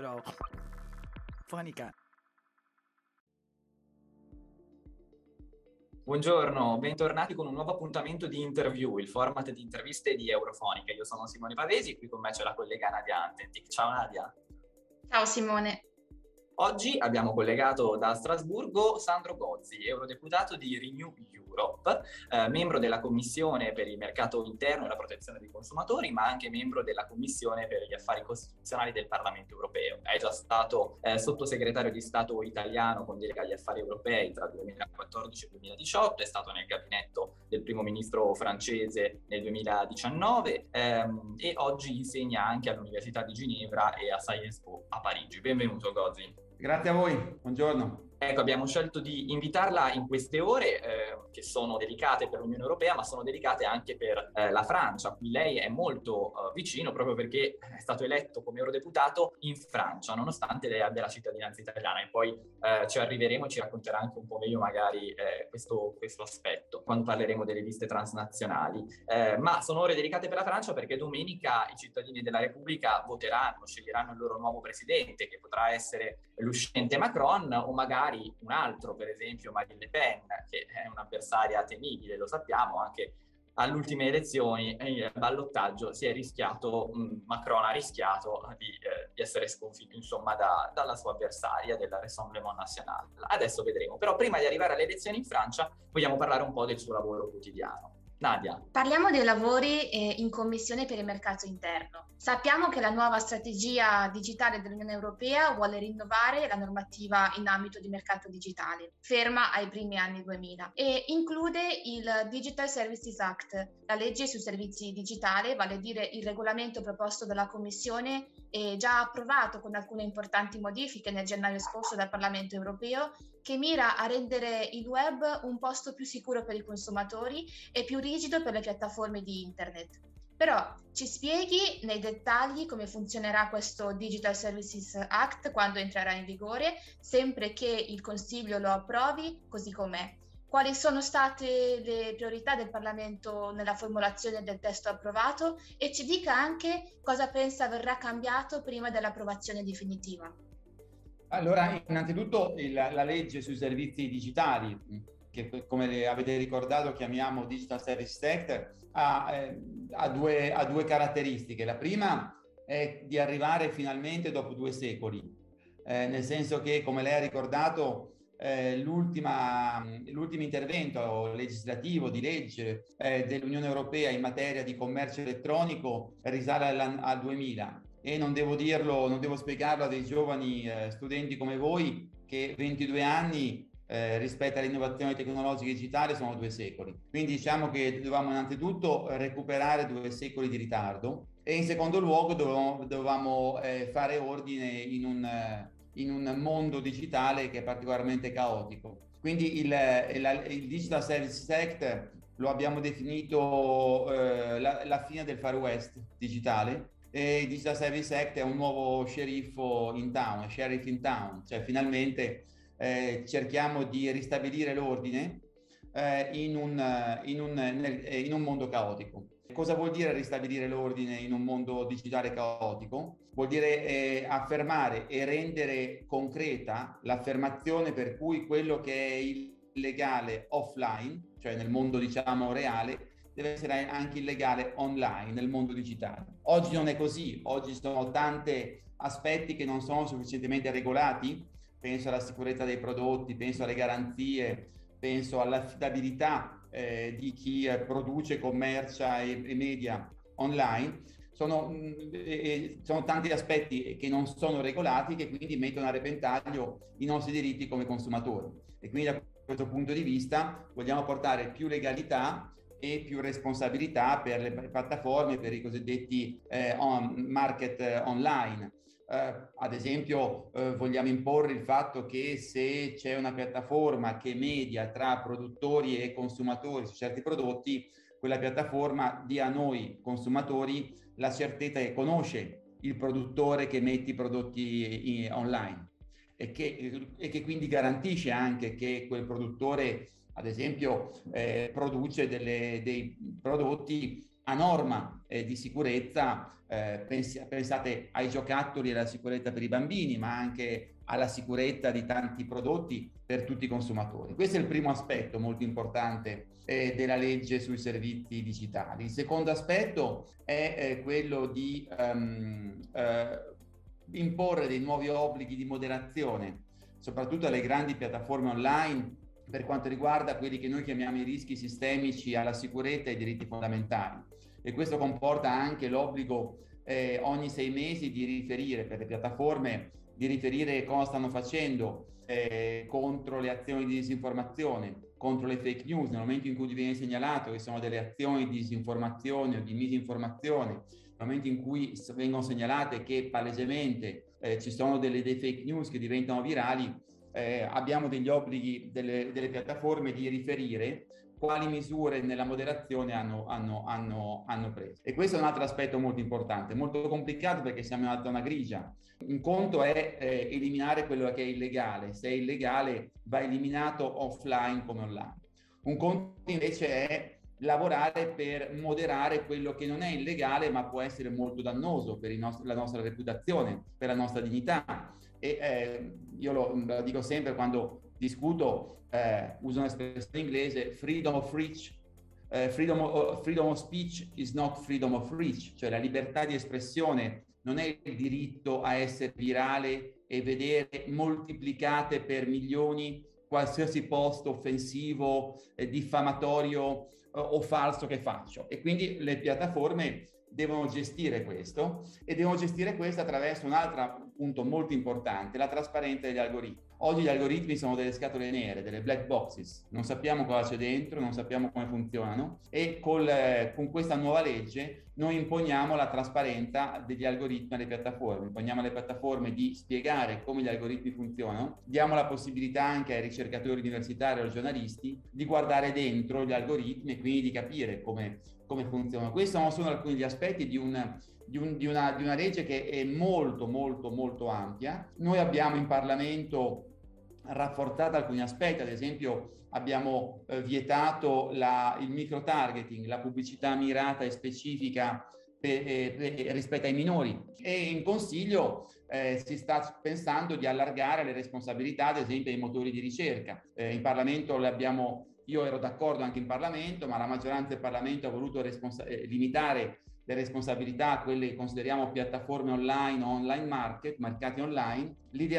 Fonica. Buongiorno, bentornati con un nuovo appuntamento di Interview, il format di interviste di Eurofonica. Io sono Simone Pavesi e qui con me c'è la collega Nadia Antentic. Ciao Nadia. Ciao Simone. Oggi abbiamo collegato da Strasburgo Sandro Gozzi, eurodeputato di Renew Europe, membro della Commissione per il mercato interno e la protezione dei consumatori, ma anche membro della Commissione per gli affari costituzionali del Parlamento europeo. È già stato sottosegretario di Stato italiano con delega agli affari europei tra 2014 e 2018, è stato nel gabinetto del primo ministro francese nel 2019 e oggi insegna anche all'Università di Ginevra e a Sciences Po a Parigi. Benvenuto Gozzi. Grazie a voi, buongiorno. Ecco, abbiamo scelto di invitarla in queste ore che sono delicate per l'Unione Europea, ma sono delicate anche per la Francia, a cui lei è molto vicino proprio perché è stato eletto come eurodeputato in Francia, nonostante lei abbia la cittadinanza italiana. E poi ci arriveremo e ci racconterà anche un po' meglio magari questo aspetto, quando parleremo delle liste transnazionali. Ma sono ore delicate per la Francia perché domenica i cittadini della Repubblica voteranno, sceglieranno il loro nuovo presidente, che potrà essere l'uscente Macron o magari un altro, per esempio Marine Le Pen, che è un'avversaria temibile, lo sappiamo, anche alle elezioni il ballottaggio si è rischiato, Macron ha rischiato di essere sconfitto insomma dalla sua avversaria della Rassemblement National. Adesso vedremo, però prima di arrivare alle elezioni in Francia vogliamo parlare un po' del suo lavoro quotidiano. Nadia. Parliamo dei lavori in Commissione per il mercato interno. Sappiamo che la nuova strategia digitale dell'Unione Europea vuole rinnovare la normativa in ambito di mercato digitale, ferma ai primi anni 2000, e include il Digital Services Act, la legge sui servizi digitali, vale a dire il regolamento proposto dalla Commissione e già approvato con alcune importanti modifiche nel gennaio scorso dal Parlamento europeo, che mira a rendere il web un posto più sicuro per i consumatori e più rigido per le piattaforme di internet. Però ci spieghi nei dettagli come funzionerà questo Digital Services Act quando entrerà in vigore, sempre che il Consiglio lo approvi così com'è. Quali sono state le priorità del Parlamento nella formulazione del testo approvato e ci dica anche cosa pensa verrà cambiato prima dell'approvazione definitiva. Allora, innanzitutto la legge sui servizi digitali, che come avete ricordato chiamiamo Digital Services Act, ha due caratteristiche. La prima è di arrivare finalmente dopo 2 secoli, nel senso che, come lei ha ricordato, l'ultimo intervento legislativo di legge dell'Unione Europea in materia di commercio elettronico risale al 2000. E non devo spiegarlo a dei giovani studenti come voi che 22 anni rispetto all'innovazione tecnologica digitale sono 2 secoli. Quindi diciamo che dovevamo innanzitutto recuperare 2 secoli di ritardo e in secondo luogo dovevamo fare ordine in un mondo digitale che è particolarmente caotico. Quindi il Digital Services Act lo abbiamo definito la fine del Far West digitale. E il Digital Service Act è un nuovo sheriff in town, cioè finalmente cerchiamo di ristabilire l'ordine in un mondo caotico. Cosa vuol dire ristabilire l'ordine in un mondo digitale caotico? Vuol dire affermare e rendere concreta l'affermazione per cui quello che è illegale offline, cioè nel mondo diciamo reale, deve essere anche illegale online nel mondo digitale. Oggi non è così, oggi sono tanti aspetti che non sono sufficientemente regolati, penso alla sicurezza dei prodotti, penso alle garanzie, penso all'affidabilità di chi produce, commercia e media online. Sono tanti aspetti che non sono regolati, che quindi mettono a repentaglio i nostri diritti come consumatori. E quindi da questo punto di vista vogliamo portare più legalità e più responsabilità per le piattaforme, per i cosiddetti market online. Ad esempio vogliamo imporre il fatto che se c'è una piattaforma che media tra produttori e consumatori su certi prodotti, quella piattaforma dia a noi consumatori la certezza che conosce il produttore che mette i prodotti online e che quindi garantisce anche che quel produttore ad esempio produce dei prodotti a norma di sicurezza, pensate ai giocattoli e alla sicurezza per i bambini, ma anche alla sicurezza di tanti prodotti per tutti i consumatori. Questo è il primo aspetto molto importante della legge sui servizi digitali. Il secondo aspetto è quello di imporre dei nuovi obblighi di moderazione, soprattutto alle grandi piattaforme online, per quanto riguarda quelli che noi chiamiamo i rischi sistemici alla sicurezza e ai diritti fondamentali. E questo comporta anche l'obbligo ogni 6 mesi di riferire, per le piattaforme, di riferire cosa stanno facendo contro le azioni di disinformazione, contro le fake news. Nel momento in cui viene segnalato che sono delle azioni di disinformazione o di misinformazione, nel momento in cui vengono segnalate che palesemente ci sono delle fake news che diventano virali, abbiamo degli obblighi delle piattaforme di riferire quali misure nella moderazione hanno preso. E questo è un altro aspetto molto importante, molto complicato, perché siamo in una zona grigia. Un conto è eliminare quello che è illegale. Se è illegale va eliminato offline come online. Un conto invece è lavorare per moderare quello che non è illegale ma può essere molto dannoso per la nostra reputazione, per la nostra dignità. E io lo dico sempre quando discuto, uso un'espressione inglese: freedom of speech is not freedom of reach, cioè la libertà di espressione non è il diritto a essere virale e vedere moltiplicate per milioni qualsiasi post offensivo, diffamatorio o falso che faccio. E quindi le piattaforme devono gestire questo, e devono gestire questo attraverso un altro punto molto importante: la trasparenza degli algoritmi. Oggi gli algoritmi sono delle scatole nere, delle black boxes, non sappiamo cosa c'è dentro, non sappiamo come funzionano, e con questa nuova legge noi imponiamo la trasparenza degli algoritmi alle piattaforme, imponiamo alle piattaforme di spiegare come gli algoritmi funzionano, diamo la possibilità anche ai ricercatori universitari o ai giornalisti di guardare dentro gli algoritmi e quindi di capire come funzionano. Questi sono alcuni degli aspetti di una legge che è molto molto molto ampia. Noi abbiamo in Parlamento rafforzato alcuni aspetti, ad esempio abbiamo vietato il micro-targeting, la pubblicità mirata e specifica rispetto ai minori, e in Consiglio si sta pensando di allargare le responsabilità, ad esempio, ai motori di ricerca. In Parlamento io ero d'accordo anche in Parlamento, ma la maggioranza del Parlamento ha voluto limitare le responsabilità a quelle che consideriamo piattaforme online o online mercati online. L'idea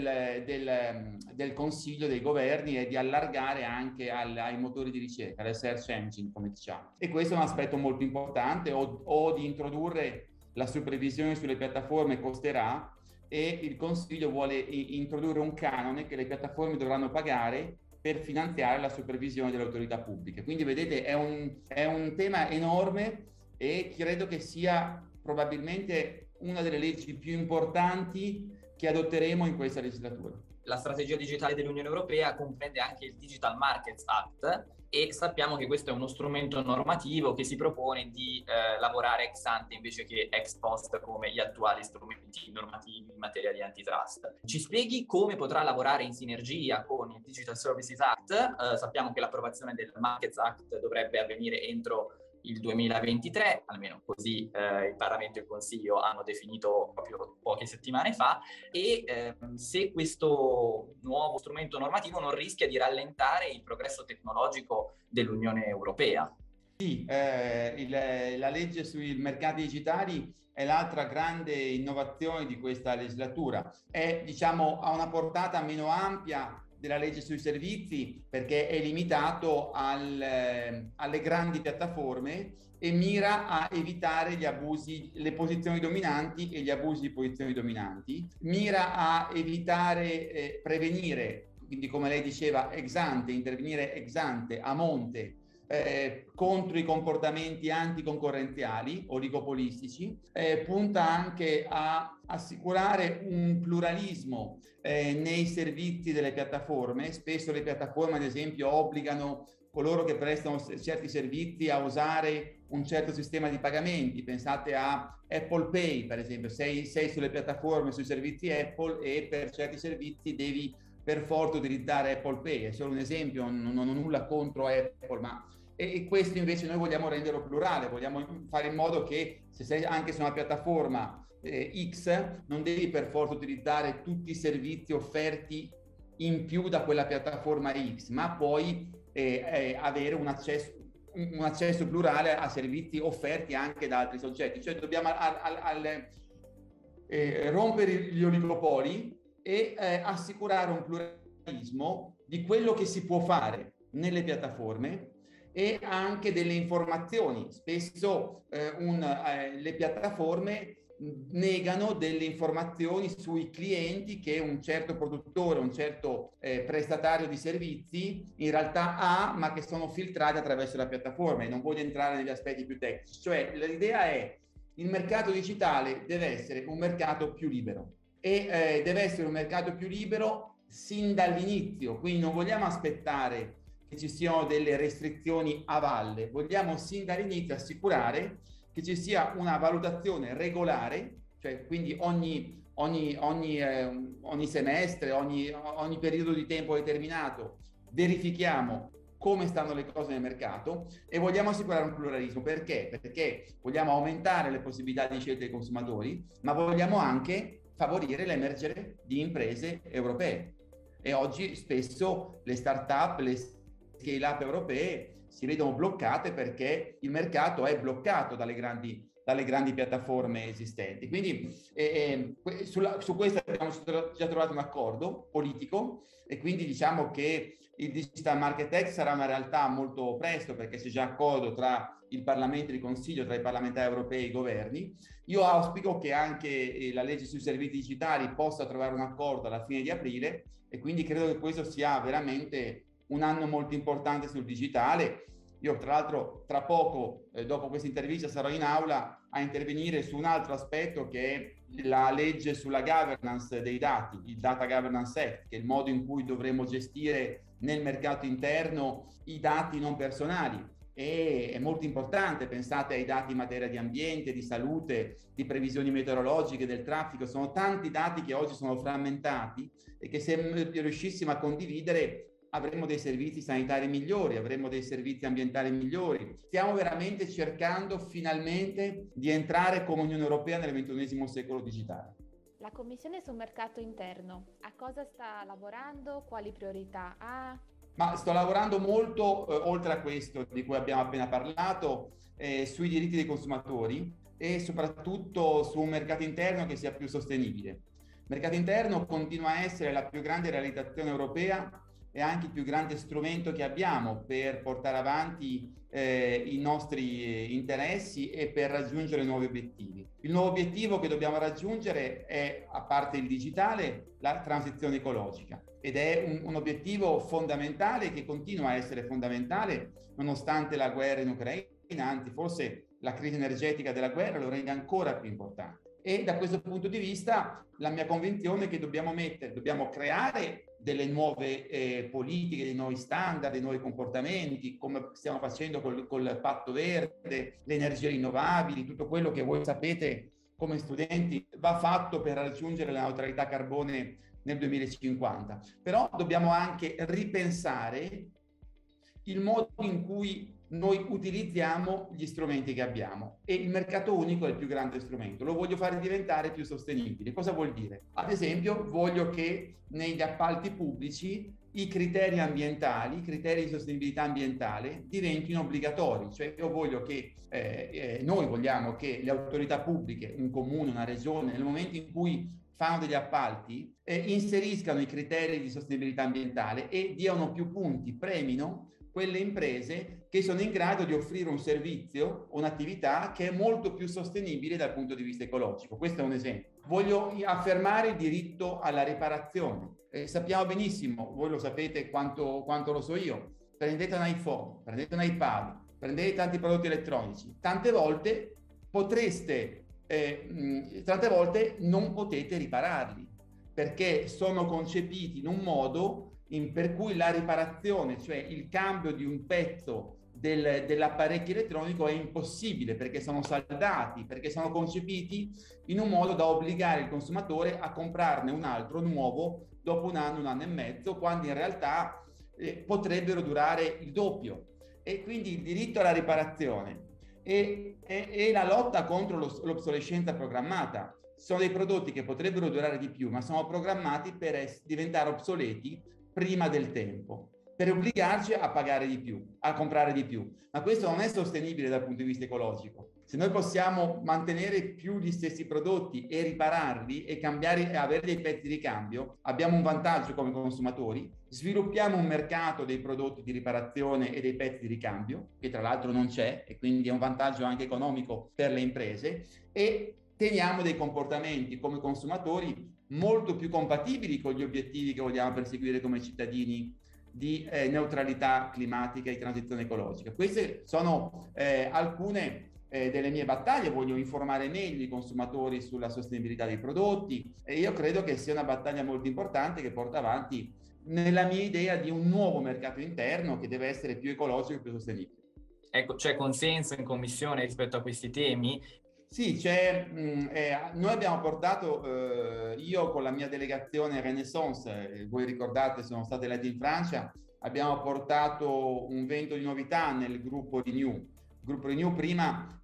del Consiglio dei Governi è di allargare anche ai motori di ricerca, alle search engine, come diciamo. E questo è un aspetto molto importante, o di introdurre la supervisione sulle piattaforme costerà, e il Consiglio vuole introdurre un canone che le piattaforme dovranno pagare per finanziare la supervisione delle autorità pubbliche. Quindi vedete, è un tema enorme, e credo che sia probabilmente una delle leggi più importanti che adotteremo in questa legislatura. La strategia digitale dell'Unione Europea comprende anche il Digital Markets Act, e sappiamo che questo è uno strumento normativo che si propone di lavorare ex ante invece che ex post, come gli attuali strumenti normativi in materia di antitrust. Ci spieghi come potrà lavorare in sinergia con il Digital Services Act? Sappiamo che l'approvazione del Markets Act dovrebbe avvenire entro il 2023, almeno così il Parlamento e il Consiglio hanno definito proprio poche settimane fa, e se questo nuovo strumento normativo non rischia di rallentare il progresso tecnologico dell'Unione Europea. Sì, la legge sui mercati digitali è l'altra grande innovazione di questa legislatura. Ha una portata meno ampia della legge sui servizi, perché è limitato alle grandi piattaforme e mira a evitare gli abusi, le posizioni dominanti e gli abusi di posizioni dominanti, mira a evitare, prevenire, quindi come lei diceva, ex ante, intervenire ex ante, a monte, contro i comportamenti anticoncorrenziali, oligopolistici, punta anche a assicurare un pluralismo nei servizi delle piattaforme. Spesso le piattaforme, ad esempio, obbligano coloro che prestano certi servizi a usare un certo sistema di pagamenti. Pensate a Apple Pay, per esempio. Sei sulle piattaforme, sui servizi Apple, e per certi servizi devi per forza utilizzare Apple Pay. È solo un esempio, non ho nulla contro Apple, ma e questo invece noi vogliamo renderlo plurale, vogliamo fare in modo che se sei anche su una piattaforma X non devi per forza utilizzare tutti i servizi offerti in più da quella piattaforma X, ma puoi avere un accesso plurale a servizi offerti anche da altri soggetti. Cioè dobbiamo rompere gli oligopoli e assicurare un pluralismo di quello che si può fare nelle piattaforme e anche delle informazioni. Spesso le piattaforme negano delle informazioni sui clienti che un certo produttore, un certo prestatario di servizi in realtà ha, ma che sono filtrati attraverso la piattaforma, e non voglio entrare negli aspetti più tecnici. Cioè l'idea è: il mercato digitale deve essere un mercato più libero e deve essere un mercato più libero sin dall'inizio, quindi non vogliamo aspettare che ci siano delle restrizioni a valle, vogliamo sin dall'inizio assicurare che ci sia una valutazione regolare, cioè quindi ogni semestre, ogni periodo di tempo determinato verifichiamo come stanno le cose nel mercato e vogliamo assicurare un pluralismo. Perché? Perché vogliamo aumentare le possibilità di scelta dei consumatori, ma vogliamo anche favorire l'emergere di imprese europee. E oggi spesso le start-up, le scale-up europee si vedono bloccate perché il mercato è bloccato dalle grandi piattaforme esistenti. Quindi su questo abbiamo già trovato un accordo politico e quindi diciamo che il Digital Market Act sarà una realtà molto presto, perché c'è già accordo tra il Parlamento e il Consiglio, tra i parlamentari europei e i governi. Io auspico che anche la legge sui servizi digitali possa trovare un accordo alla fine di aprile e quindi credo che questo sia veramente un anno molto importante sul digitale. Io tra l'altro tra poco, dopo questa intervista, sarò in aula a intervenire su un altro aspetto che è la legge sulla governance dei dati, il Data Governance Act, che è il modo in cui dovremo gestire nel mercato interno i dati non personali. E è molto importante, pensate ai dati in materia di ambiente, di salute, di previsioni meteorologiche, del traffico. Sono tanti dati che oggi sono frammentati e che se riuscissimo a condividere avremo dei servizi sanitari migliori, avremo dei servizi ambientali migliori. Stiamo veramente cercando finalmente di entrare come Unione Europea nel XXI secolo digitale. La Commissione sul mercato interno, a cosa sta lavorando? Quali priorità ha? Ma sto lavorando molto, oltre a questo di cui abbiamo appena parlato, sui diritti dei consumatori e soprattutto su un mercato interno che sia più sostenibile. Il mercato interno continua a essere la più grande realizzazione europea e anche il più grande strumento che abbiamo per portare avanti i nostri interessi e per raggiungere nuovi obiettivi. Il nuovo obiettivo che dobbiamo raggiungere è, a parte il digitale, la transizione ecologica, ed è un obiettivo fondamentale che continua a essere fondamentale nonostante la guerra in Ucraina, anzi forse la crisi energetica della guerra lo rende ancora più importante. E da questo punto di vista la mia convinzione è che dobbiamo creare delle nuove politiche, dei nuovi standard, dei nuovi comportamenti, come stiamo facendo col Patto Verde, le energie rinnovabili, tutto quello che voi sapete come studenti va fatto per raggiungere la neutralità carbone nel 2050. Però dobbiamo anche ripensare il modo in cui noi utilizziamo gli strumenti che abbiamo, e il mercato unico è il più grande strumento. Lo voglio fare diventare più sostenibile. Cosa vuol dire? Ad esempio, voglio che negli appalti pubblici i criteri ambientali, i criteri di sostenibilità ambientale diventino obbligatori. Cioè io voglio che noi vogliamo che le autorità pubbliche, un comune, una regione, nel momento in cui fanno degli appalti, inseriscano i criteri di sostenibilità ambientale e diano più punti, premino quelle imprese che sono in grado di offrire un servizio, un'attività che è molto più sostenibile dal punto di vista ecologico. Questo è un esempio. Voglio affermare il diritto alla riparazione. Sappiamo benissimo, voi lo sapete quanto lo so io, prendete un iPhone, prendete un iPad, prendete tanti prodotti elettronici, tante volte non potete ripararli perché sono concepiti in un modo per cui la riparazione, cioè il cambio di un pezzo dell'apparecchio elettronico è impossibile, perché sono saldati, perché sono concepiti in un modo da obbligare il consumatore a comprarne un altro nuovo dopo un anno e mezzo, quando in realtà potrebbero durare il doppio. e quindi il diritto alla riparazione e la lotta contro l'obsolescenza programmata. Sono dei prodotti che potrebbero durare di più, ma sono programmati per diventare obsoleti prima del tempo, per obbligarci a pagare di più, a comprare di più. Ma questo non è sostenibile dal punto di vista ecologico. Se noi possiamo mantenere più gli stessi prodotti e ripararli e cambiare e avere dei pezzi di ricambio, abbiamo un vantaggio come consumatori, sviluppiamo un mercato dei prodotti di riparazione e dei pezzi di ricambio, che tra l'altro non c'è, e quindi è un vantaggio anche economico per le imprese, e teniamo dei comportamenti come consumatori molto più compatibili con gli obiettivi che vogliamo perseguire come cittadini di neutralità climatica e transizione ecologica. Queste sono alcune delle mie battaglie. Voglio informare meglio i consumatori sulla sostenibilità dei prodotti e io credo che sia una battaglia molto importante che porta avanti nella mia idea di un nuovo mercato interno che deve essere più ecologico e più sostenibile. Ecco, c'è consenso in Commissione rispetto a questi temi? Sì, noi abbiamo portato, io con la mia delegazione Renaissance, voi ricordate, sono stato eletto in Francia, abbiamo portato un vento di novità nel gruppo Renew. Il gruppo Renew prima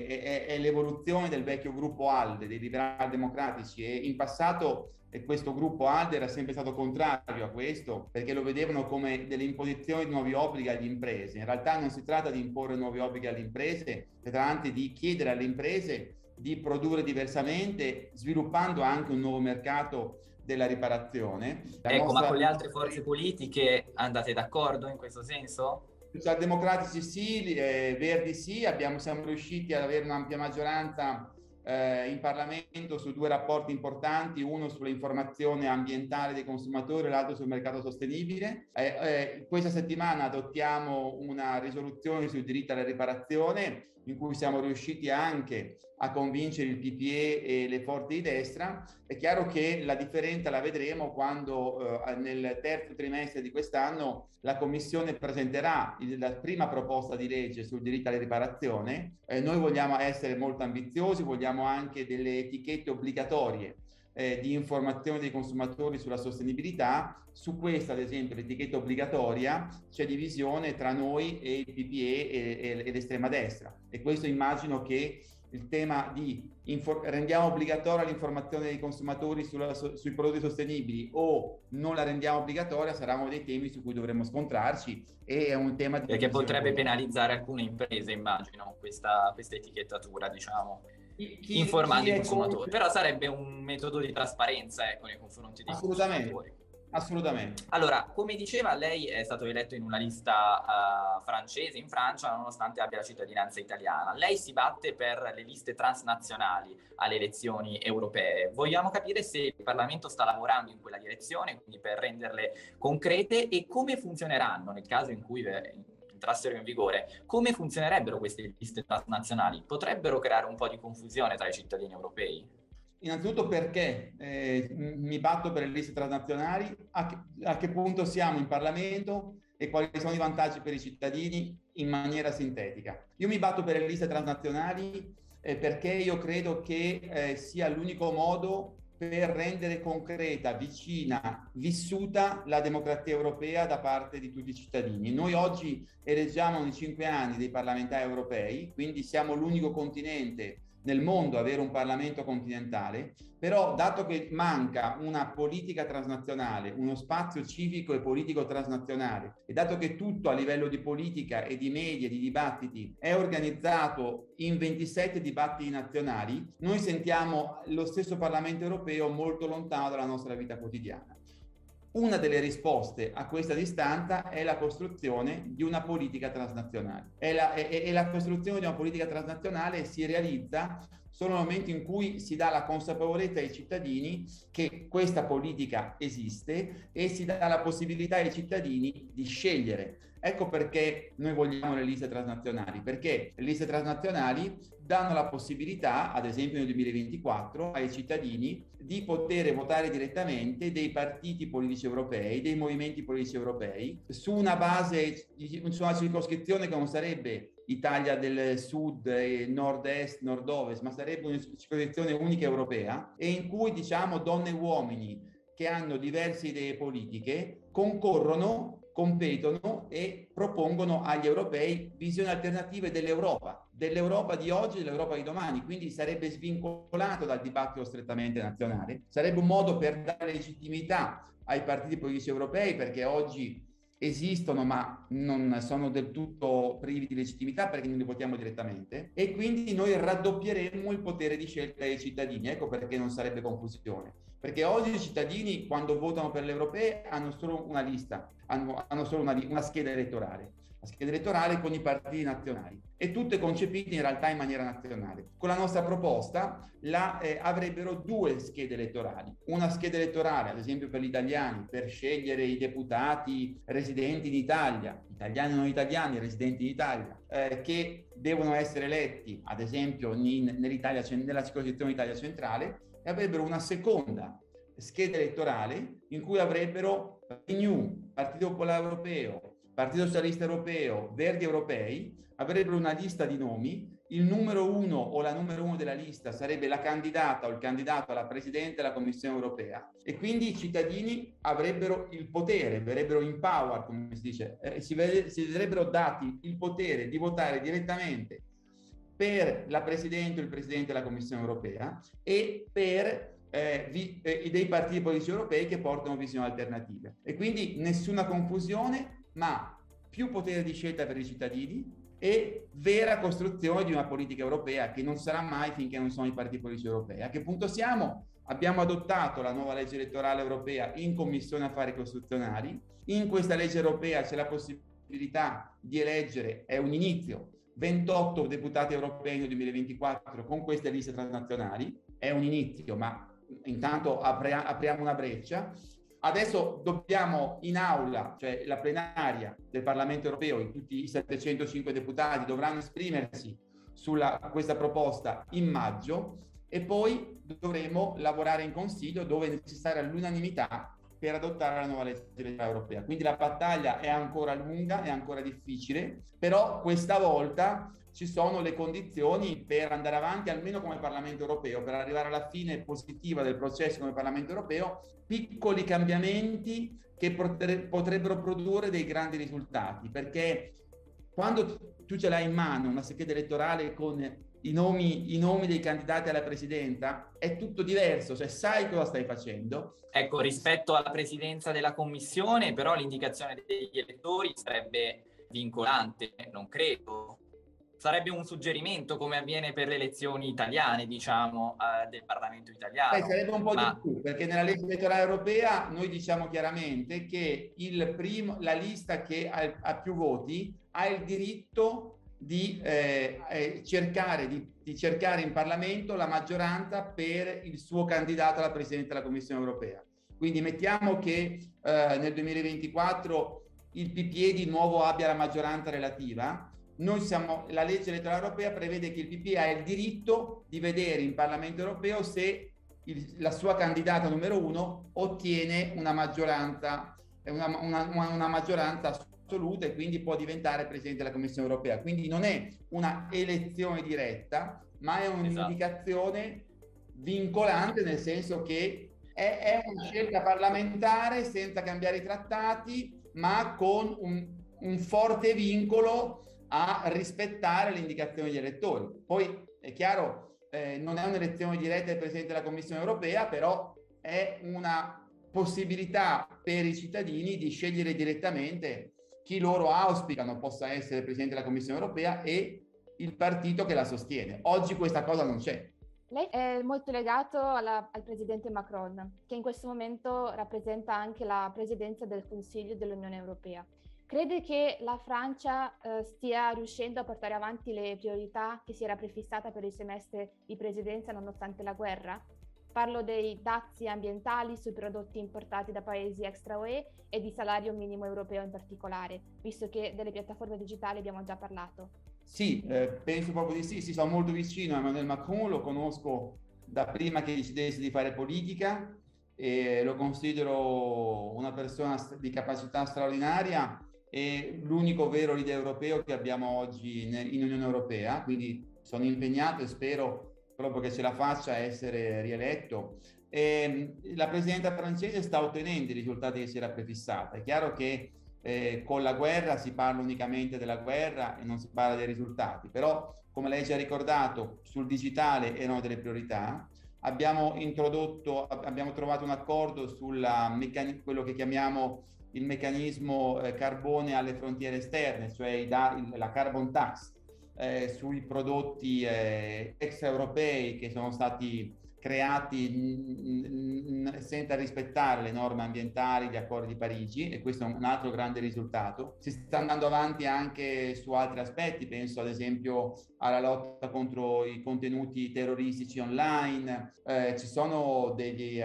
è l'evoluzione del vecchio gruppo ALDE, dei liberal democratici, e in passato questo gruppo ALDE era sempre stato contrario a questo perché lo vedevano come delle imposizioni di nuovi obblighi alle imprese. In realtà non si tratta di imporre nuovi obblighi alle imprese, si tratta anche di chiedere alle imprese di produrre diversamente, sviluppando anche un nuovo mercato della riparazione. Ma con le altre forze politiche andate d'accordo in questo senso? Socialdemocratici sì, Verdi sì, siamo riusciti ad avere un'ampia maggioranza in Parlamento su due rapporti importanti, uno sull'informazione ambientale dei consumatori e l'altro sul mercato sostenibile. Questa settimana adottiamo una risoluzione sul diritto alla riparazione in cui siamo riusciti anche a convincere il PPE e le forze di destra. È chiaro che la differenza la vedremo quando nel terzo trimestre di quest'anno la Commissione presenterà la prima proposta di legge sul diritto alla riparazione. Noi vogliamo essere molto ambiziosi, vogliamo anche delle etichette obbligatorie di informazione dei consumatori sulla sostenibilità. Su questa, ad esempio, l'etichetta obbligatoria, c'è divisione tra noi e il PPE e l'estrema destra, e questo immagino che il tema di rendiamo obbligatoria l'informazione dei consumatori sui prodotti sostenibili o non la rendiamo obbligatoria sarà uno dei temi su cui dovremmo scontrarci, e è un tema di perché potrebbe penalizzare alcune imprese, immagino, questa etichettatura, diciamo. Informando i consumatori, però sarebbe un metodo di trasparenza nei confronti dei consumatori. Assolutamente. Allora, come diceva, lei è stato eletto in una lista francese in Francia, nonostante abbia la cittadinanza italiana. Lei si batte per le liste transnazionali alle elezioni europee. Vogliamo capire se il Parlamento sta lavorando in quella direzione, quindi per renderle concrete, e come funzioneranno nel caso in cui entrassero in vigore. Come funzionerebbero queste liste transnazionali? Potrebbero creare un po' di confusione tra i cittadini europei? Innanzitutto perché mi batto per le liste transnazionali, a che punto siamo in Parlamento e quali sono i vantaggi per i cittadini in maniera sintetica. Io mi batto per le liste transnazionali perché io credo che sia l'unico modo per rendere concreta, vicina, vissuta la democrazia europea da parte di tutti i cittadini. Noi oggi eleggiamo nei 5 anni dei parlamentari europei, quindi siamo l'unico continente nel mondo avere un Parlamento continentale, però dato che manca una politica transnazionale, uno spazio civico e politico transnazionale, e dato che tutto a livello di politica e di media, di dibattiti, è organizzato in 27 dibattiti nazionali, noi sentiamo lo stesso Parlamento europeo molto lontano dalla nostra vita quotidiana. Una delle risposte a questa distanza è la costruzione di una politica transnazionale. E la costruzione di una politica transnazionale si realizza solo nel momento in cui si dà la consapevolezza ai cittadini che questa politica esiste e si dà la possibilità ai cittadini di scegliere. Ecco perché noi vogliamo le liste transnazionali, perché le liste transnazionali danno la possibilità, ad esempio nel 2024, ai cittadini di poter votare direttamente dei partiti politici europei, dei movimenti politici europei, su una base, su una circoscrizione che non sarebbe Italia del Sud, Nord-Est, Nord-Ovest, ma sarebbe una circoscrizione unica europea, e in cui, diciamo, donne e uomini che hanno diverse idee politiche concorrono competono e propongono agli europei visioni alternative dell'Europa di oggi e dell'Europa di domani, quindi sarebbe svincolato dal dibattito strettamente nazionale, sarebbe un modo per dare legittimità ai partiti politici europei, perché oggi esistono ma non sono del tutto privi di legittimità perché non li votiamo direttamente, e quindi noi raddoppieremmo il potere di scelta dei cittadini. Ecco perché non sarebbe confusione, perché oggi i cittadini quando votano per le europee hanno solo una lista, hanno solo una scheda elettorale, la scheda elettorale con i partiti nazionali, e tutte concepite in realtà in maniera nazionale. Con la nostra proposta avrebbero due schede elettorali, una scheda elettorale ad esempio per gli italiani per scegliere i deputati residenti in Italia, italiani o non italiani residenti in Italia, che devono essere eletti ad esempio nella circoscrizione Italia centrale, e avrebbero una seconda scheda elettorale in cui avrebbero Renew, Partito Popolare Europeo, Partito Socialista Europeo, Verdi Europei, avrebbero una lista di nomi, il numero uno o la numero uno della lista sarebbe la candidata o il candidato alla Presidente della Commissione Europea, e quindi i cittadini avrebbero il potere, verrebbero in power, come si dice, si vedrebbero dati il potere di votare direttamente per la Presidente o il Presidente della Commissione Europea e per dei partiti politici europei che portano visioni alternative. E quindi nessuna confusione, ma più potere di scelta per i cittadini e vera costruzione di una politica europea che non sarà mai finché non sono i partiti politici europei. A che punto siamo? Abbiamo adottato la nuova legge elettorale europea in Commissione Affari Costituzionali. In questa legge europea c'è la possibilità di eleggere, è un inizio, 28 deputati europei nel 2024 con queste liste transnazionali. È un inizio, ma intanto apriamo una breccia. Adesso dobbiamo in aula, cioè la plenaria del Parlamento europeo, tutti i 705 deputati dovranno esprimersi su questa proposta in maggio, e poi dovremo lavorare in Consiglio dove è necessaria l'unanimità per adottare la nuova legge elettorale europea. Quindi la battaglia è ancora lunga, è ancora difficile, però questa volta ci sono le condizioni per andare avanti, almeno come Parlamento europeo, per arrivare alla fine positiva del processo come Parlamento europeo, piccoli cambiamenti che potrebbero produrre dei grandi risultati, perché quando tu ce l'hai in mano una scheda elettorale con i nomi dei candidati alla presidenza, è tutto diverso, cioè sai cosa stai facendo. Ecco, rispetto alla presidenza della Commissione, però l'indicazione degli elettori sarebbe vincolante, non credo. Sarebbe un suggerimento, come avviene per le elezioni italiane, diciamo, del Parlamento italiano. Sarebbe un po' di più, perché nella legge elettorale europea noi diciamo chiaramente che la lista che ha più voti ha il diritto di cercare in Parlamento la maggioranza per il suo candidato alla Presidenza della Commissione Europea. Quindi mettiamo che nel 2024 il PPE di nuovo abbia la maggioranza relativa. La legge elettorale europea prevede che il PPE ha il diritto di vedere in Parlamento europeo se la sua candidata numero uno ottiene una maggioranza assoluta e quindi può diventare Presidente della Commissione europea. Quindi non è una elezione diretta, ma è un'indicazione vincolante, nel senso che è una scelta parlamentare senza cambiare i trattati, ma con un forte vincolo a rispettare le indicazioni degli elettori. Poi è chiaro, non è un'elezione diretta del Presidente della Commissione europea, però è una possibilità per i cittadini di scegliere direttamente chi loro auspicano possa essere Presidente della Commissione europea e il partito che la sostiene. Oggi questa cosa non c'è. Lei è molto legato al presidente Macron, che in questo momento rappresenta anche la presidenza del Consiglio dell'Unione Europea. Crede che la Francia stia riuscendo a portare avanti le priorità che si era prefissata per il semestre di presidenza nonostante la guerra? Parlo dei dazi ambientali sui prodotti importati da paesi extra UE e di salario minimo europeo in particolare, visto che delle piattaforme digitali abbiamo già parlato. Sì, penso proprio di sì. Sono molto vicino a Emmanuel Macron, lo conosco da prima che decidesse di fare politica e lo considero una persona di capacità straordinaria e l'unico vero leader europeo che abbiamo oggi in Unione Europea, quindi sono impegnato e spero proprio che ce la faccia essere rieletto. La presidenta francese sta ottenendo i risultati che si era prefissata. È chiaro che con la guerra si parla unicamente della guerra e non si parla dei risultati, però come lei ci ha ricordato sul digitale erano delle priorità. Abbiamo trovato un accordo sulla quello che chiamiamo il meccanismo carbone alle frontiere esterne, cioè la carbon tax sui prodotti extraeuropei che sono stati creati senza rispettare le norme ambientali, gli accordi di Parigi, e questo è un altro grande risultato. Si sta andando avanti anche su altri aspetti, penso ad esempio alla lotta contro i contenuti terroristici online, ci sono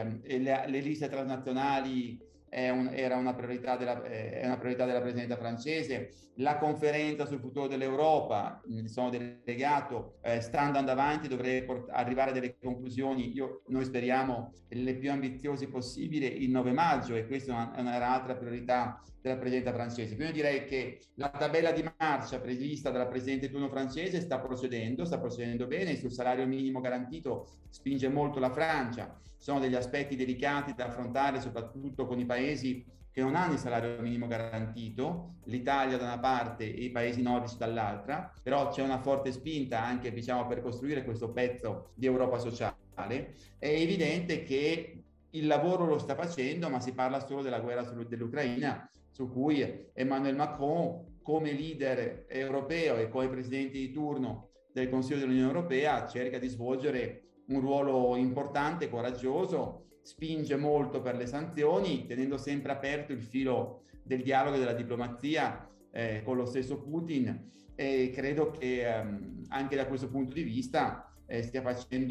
le liste transnazionali. Era una priorità della presidenza francese. La conferenza sul futuro dell'Europa, sono delegato, sta andando avanti, dovrei arrivare a delle conclusioni, noi speriamo le più ambiziose possibili, il 9 maggio, e questa è un'altra priorità della presidenza francese. Quindi direi che la tabella di marcia prevista dalla presidente di turno francese sta procedendo bene. Sul salario minimo garantito spinge molto la Francia. Sono degli aspetti delicati da affrontare, soprattutto con i paesi che non hanno il salario minimo garantito, l'Italia da una parte e i paesi nordici dall'altra, però c'è una forte spinta anche, diciamo, per costruire questo pezzo di Europa sociale. È evidente che il lavoro lo sta facendo, ma si parla solo della guerra dell'Ucraina, su cui Emmanuel Macron, come leader europeo e come presidente di turno del Consiglio dell'Unione Europea, cerca di svolgere un ruolo importante, coraggioso, spinge molto per le sanzioni, tenendo sempre aperto il filo del dialogo e della diplomazia con lo stesso Putin, e credo che anche da questo punto di vista stia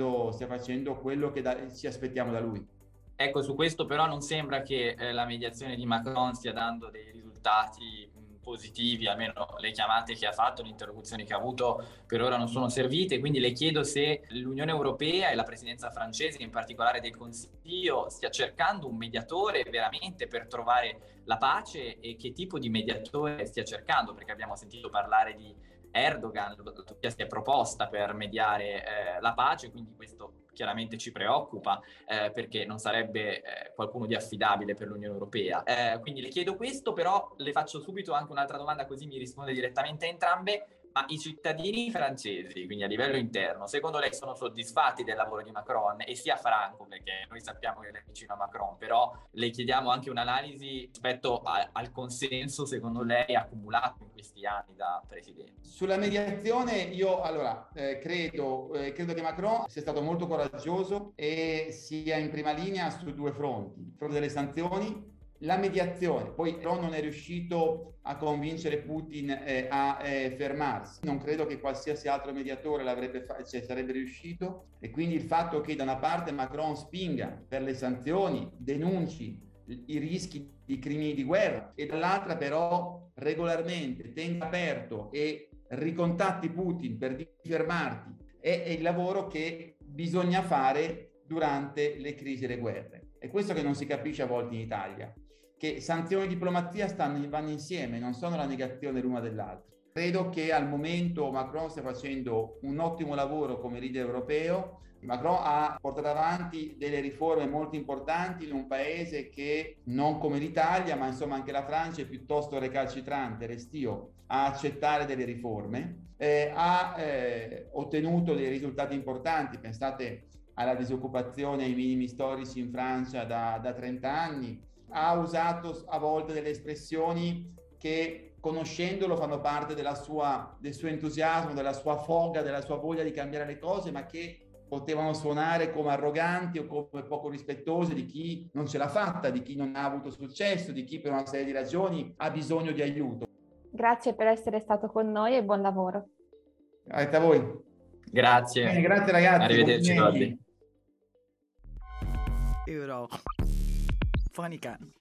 facendo quello che ci aspettiamo da lui. Ecco, su questo però non sembra che la mediazione di Macron stia dando dei risultati positivi, almeno le chiamate che ha fatto, le interlocuzioni che ha avuto per ora non sono servite, quindi le chiedo se l'Unione Europea e la presidenza francese, in particolare del Consiglio, stia cercando un mediatore veramente per trovare la pace, e che tipo di mediatore stia cercando, perché abbiamo sentito parlare di Erdogan, la Turchia si è proposta per mediare la pace, quindi questo chiaramente ci preoccupa perché non sarebbe qualcuno di affidabile per l'Unione Europea. Quindi le chiedo questo, però le faccio subito anche un'altra domanda, così mi risponde direttamente a entrambe. Ma i cittadini francesi, quindi a livello interno, secondo lei sono soddisfatti del lavoro di Macron? E sia franco, perché noi sappiamo che lei è vicino a Macron, però le chiediamo anche un'analisi rispetto al consenso, secondo lei, accumulato in questi anni da presidente. Sulla mediazione io credo che Macron sia stato molto coraggioso e sia in prima linea su due fronti: il fronte delle sanzioni, la mediazione. Poi però non è riuscito a convincere Putin a fermarsi. Non credo che qualsiasi altro mediatore sarebbe riuscito, e quindi il fatto che da una parte Macron spinga per le sanzioni, denunci i rischi di crimini di guerra, e dall'altra però regolarmente tenga aperto e ricontatti Putin per fermarti, è il lavoro che bisogna fare durante le crisi e le guerre. È questo che non si capisce a volte in Italia, che sanzioni e diplomazia vanno insieme, non sono la negazione l'una dell'altra. Credo che al momento Macron stia facendo un ottimo lavoro come leader europeo. Macron ha portato avanti delle riforme molto importanti in un paese che, non come l'Italia, ma insomma anche la Francia, è piuttosto recalcitrante, restio a accettare delle riforme. Ha ottenuto dei risultati importanti, pensate alla disoccupazione ai minimi storici in Francia da 30 anni, ha usato a volte delle espressioni che, conoscendolo, fanno parte del suo entusiasmo, della sua foga, della sua voglia di cambiare le cose, ma che potevano suonare come arroganti o come poco rispettose di chi non ce l'ha fatta, di chi non ha avuto successo, di chi per una serie di ragioni ha bisogno di aiuto. Grazie per essere stato con noi e buon lavoro. Grazie a voi. Grazie. Bene, grazie ragazzi. Arrivederci. Complimenti. Euro. Funny cat.